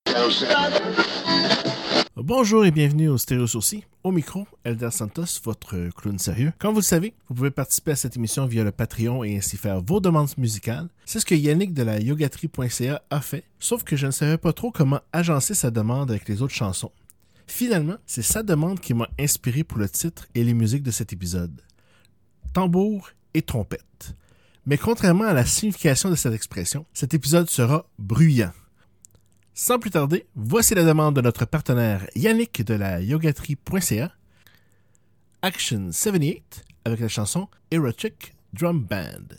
Bonjour et bienvenue au Stéréo Sourcil. Au micro, Elder Santos, votre clown sérieux. Comme vous le savez, vous pouvez participer à cette émission via le Patreon et ainsi faire vos demandes musicales. C'est ce que Yannick de la yogatrie.ca a fait, sauf que je ne savais pas trop comment agencer sa demande avec les autres chansons. Finalement, c'est sa demande qui m'a inspiré pour le titre et les musiques de cet épisode. Tambour et trompette. Mais contrairement à la signification de cette expression, cet épisode sera bruyant. Sans plus tarder, voici la demande de notre partenaire Yannick de la yogatrie.ca, Action 78, avec la chanson Erotic Drum Band.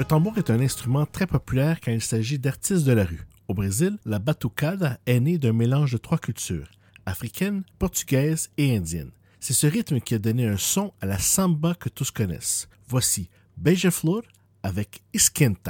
tambour est un instrument très populaire quand il s'agit d'artistes de la rue. Au Brésil, la batucada est née d'un mélange de 3 cultures, africaine, portugaise et indienne. C'est ce rythme qui a donné un son à la samba que tous connaissent. Voici Beija-Flor avec Esquenta.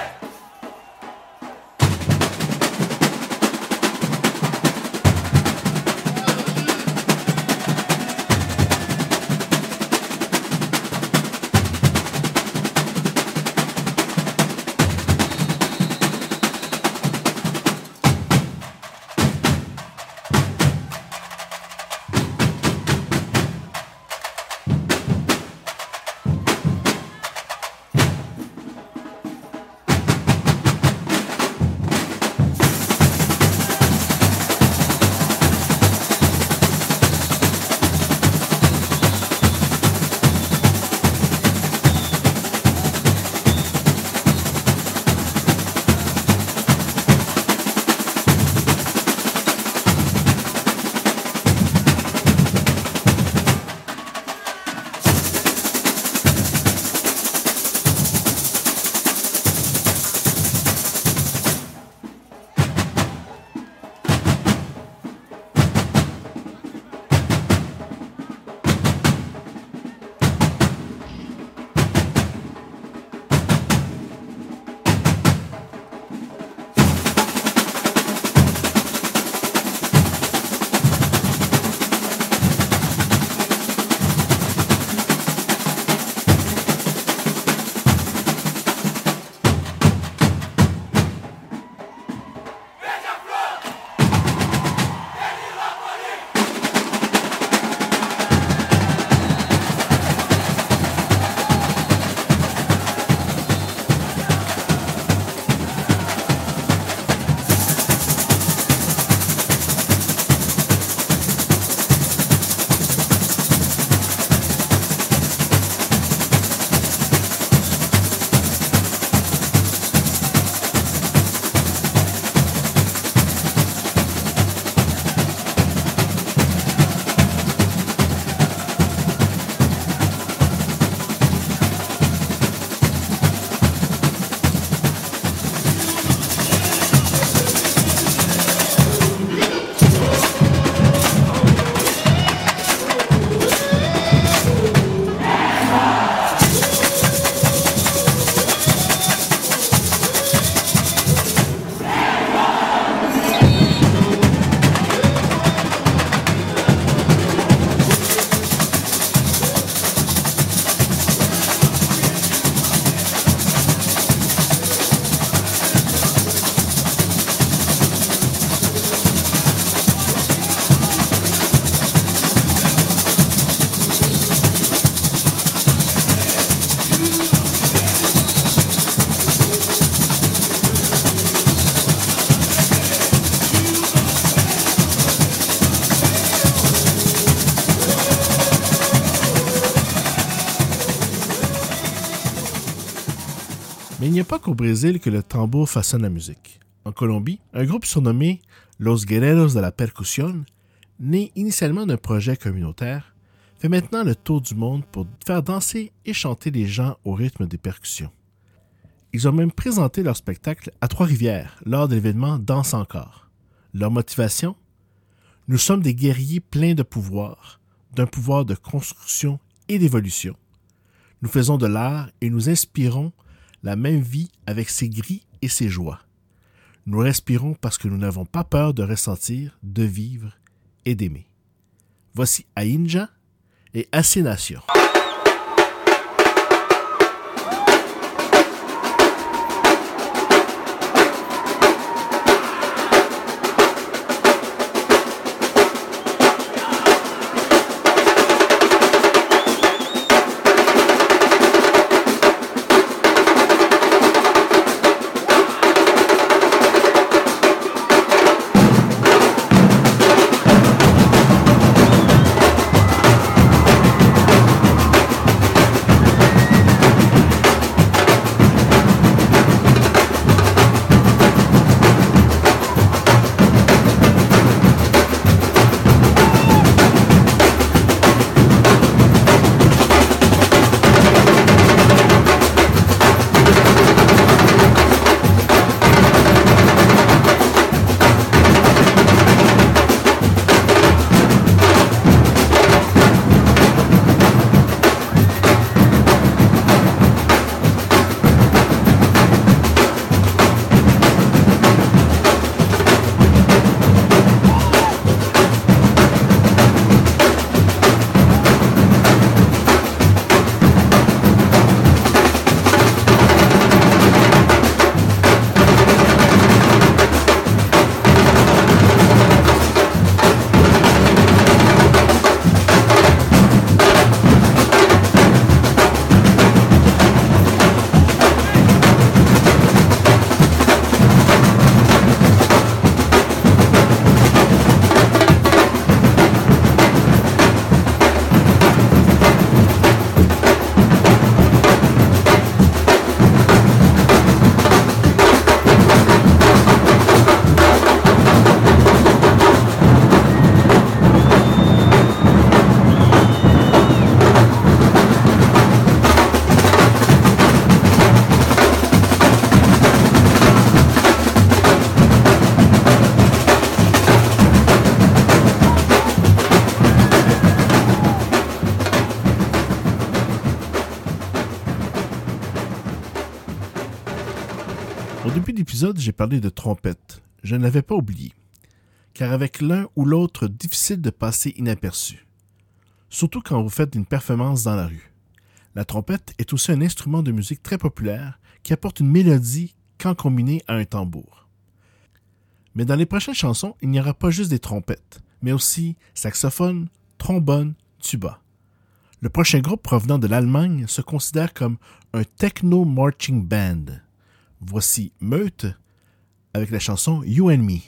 Mais il n'y a pas qu'au Brésil que le tambour façonne la musique. En Colombie, un groupe surnommé Los Guerreros de la Percusión, né initialement d'un projet communautaire, fait maintenant le tour du monde pour faire danser et chanter les gens au rythme des percussions. Ils ont même présenté leur spectacle à Trois-Rivières lors de l'événement Danse encore. Leur motivation? Nous sommes des guerriers pleins de pouvoir, d'un pouvoir de construction et d'évolution. Nous faisons de l'art et nous inspirons la même vie avec ses gris et ses joies. Nous respirons parce que nous n'avons pas peur de ressentir, de vivre et d'aimer. Voici Ainja et Assénation. Au début de l'épisode, j'ai parlé de trompette. Je ne l'avais pas oublié. Car avec l'un ou l'autre, difficile de passer inaperçu. Surtout quand vous faites une performance dans la rue. La trompette est aussi un instrument de musique très populaire qui apporte une mélodie quand combiné à un tambour. Mais dans les prochaines chansons, il n'y aura pas juste des trompettes, mais aussi saxophone, trombone, tuba. Le prochain groupe provenant de l'Allemagne se considère comme un techno marching band. Voici Meute avec la chanson You and Me.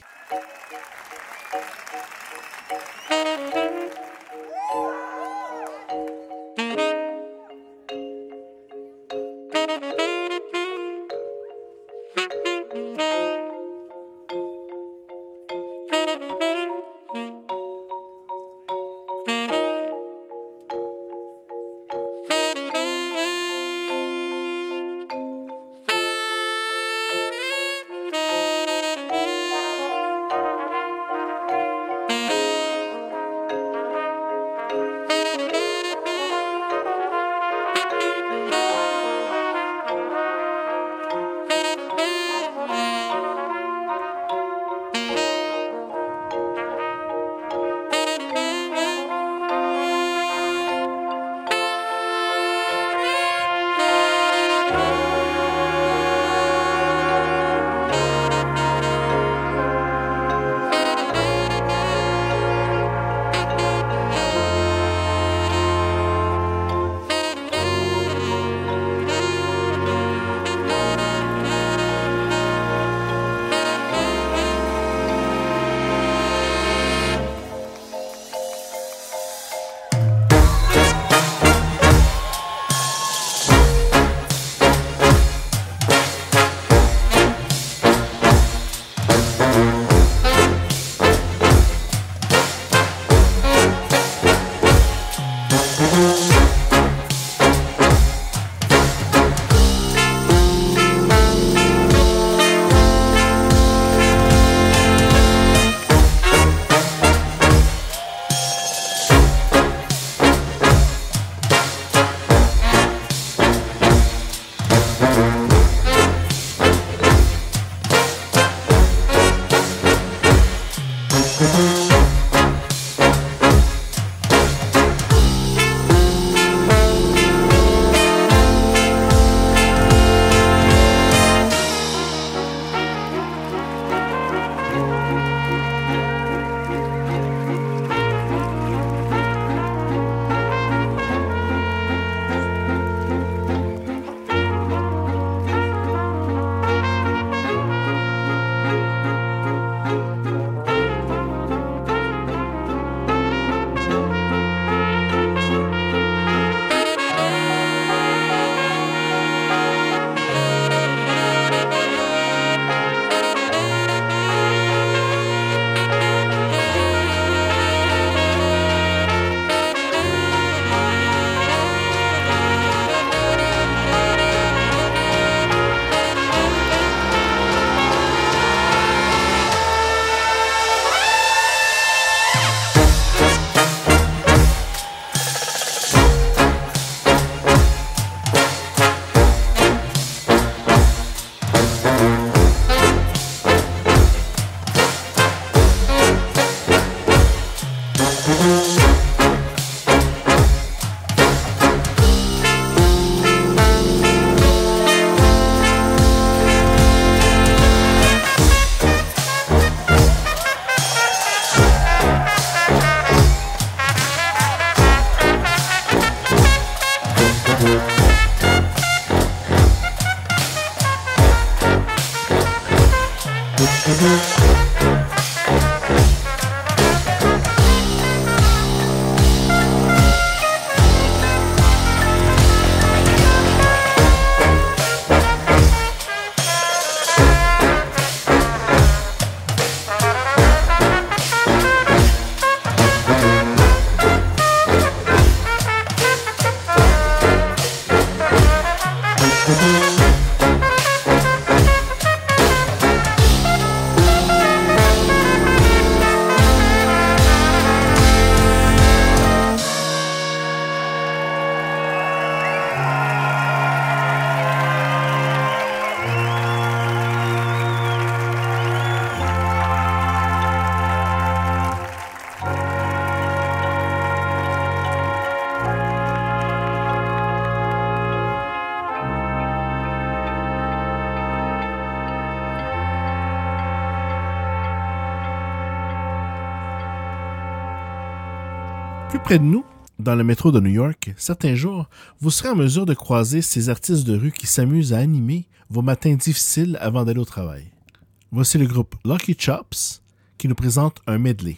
Plus près de nous, dans le métro de New York, certains jours, vous serez en mesure de croiser ces artistes de rue qui s'amusent à animer vos matins difficiles avant d'aller au travail. Voici le groupe Lucky Chops qui nous présente un medley.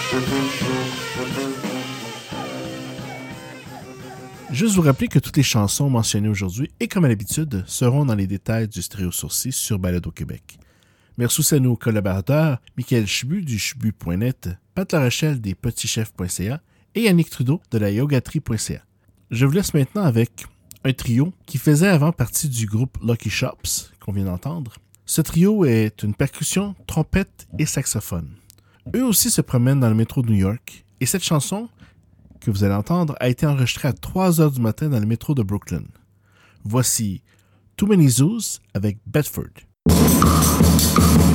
Juste vous rappeler que toutes les chansons mentionnées aujourd'hui, et comme à l'habitude, seront dans les détails du Stéréo Sourcil sur Balado Québec. Merci aussi à nos collaborateurs, Michael Chbu du chbu.net, Pat Larochelle des petitschefs.ca et Yannick Trudeau de la yogaterie.ca. Je vous laisse maintenant avec un trio qui faisait avant partie du groupe Lucky Shops, qu'on vient d'entendre. Ce trio est une percussion, trompette et saxophone. Eux aussi se promènent dans le métro de New York, et cette chanson que vous allez entendre a été enregistrée à 3h du matin dans le métro de Brooklyn. Voici Too Many Zoos avec Bedford.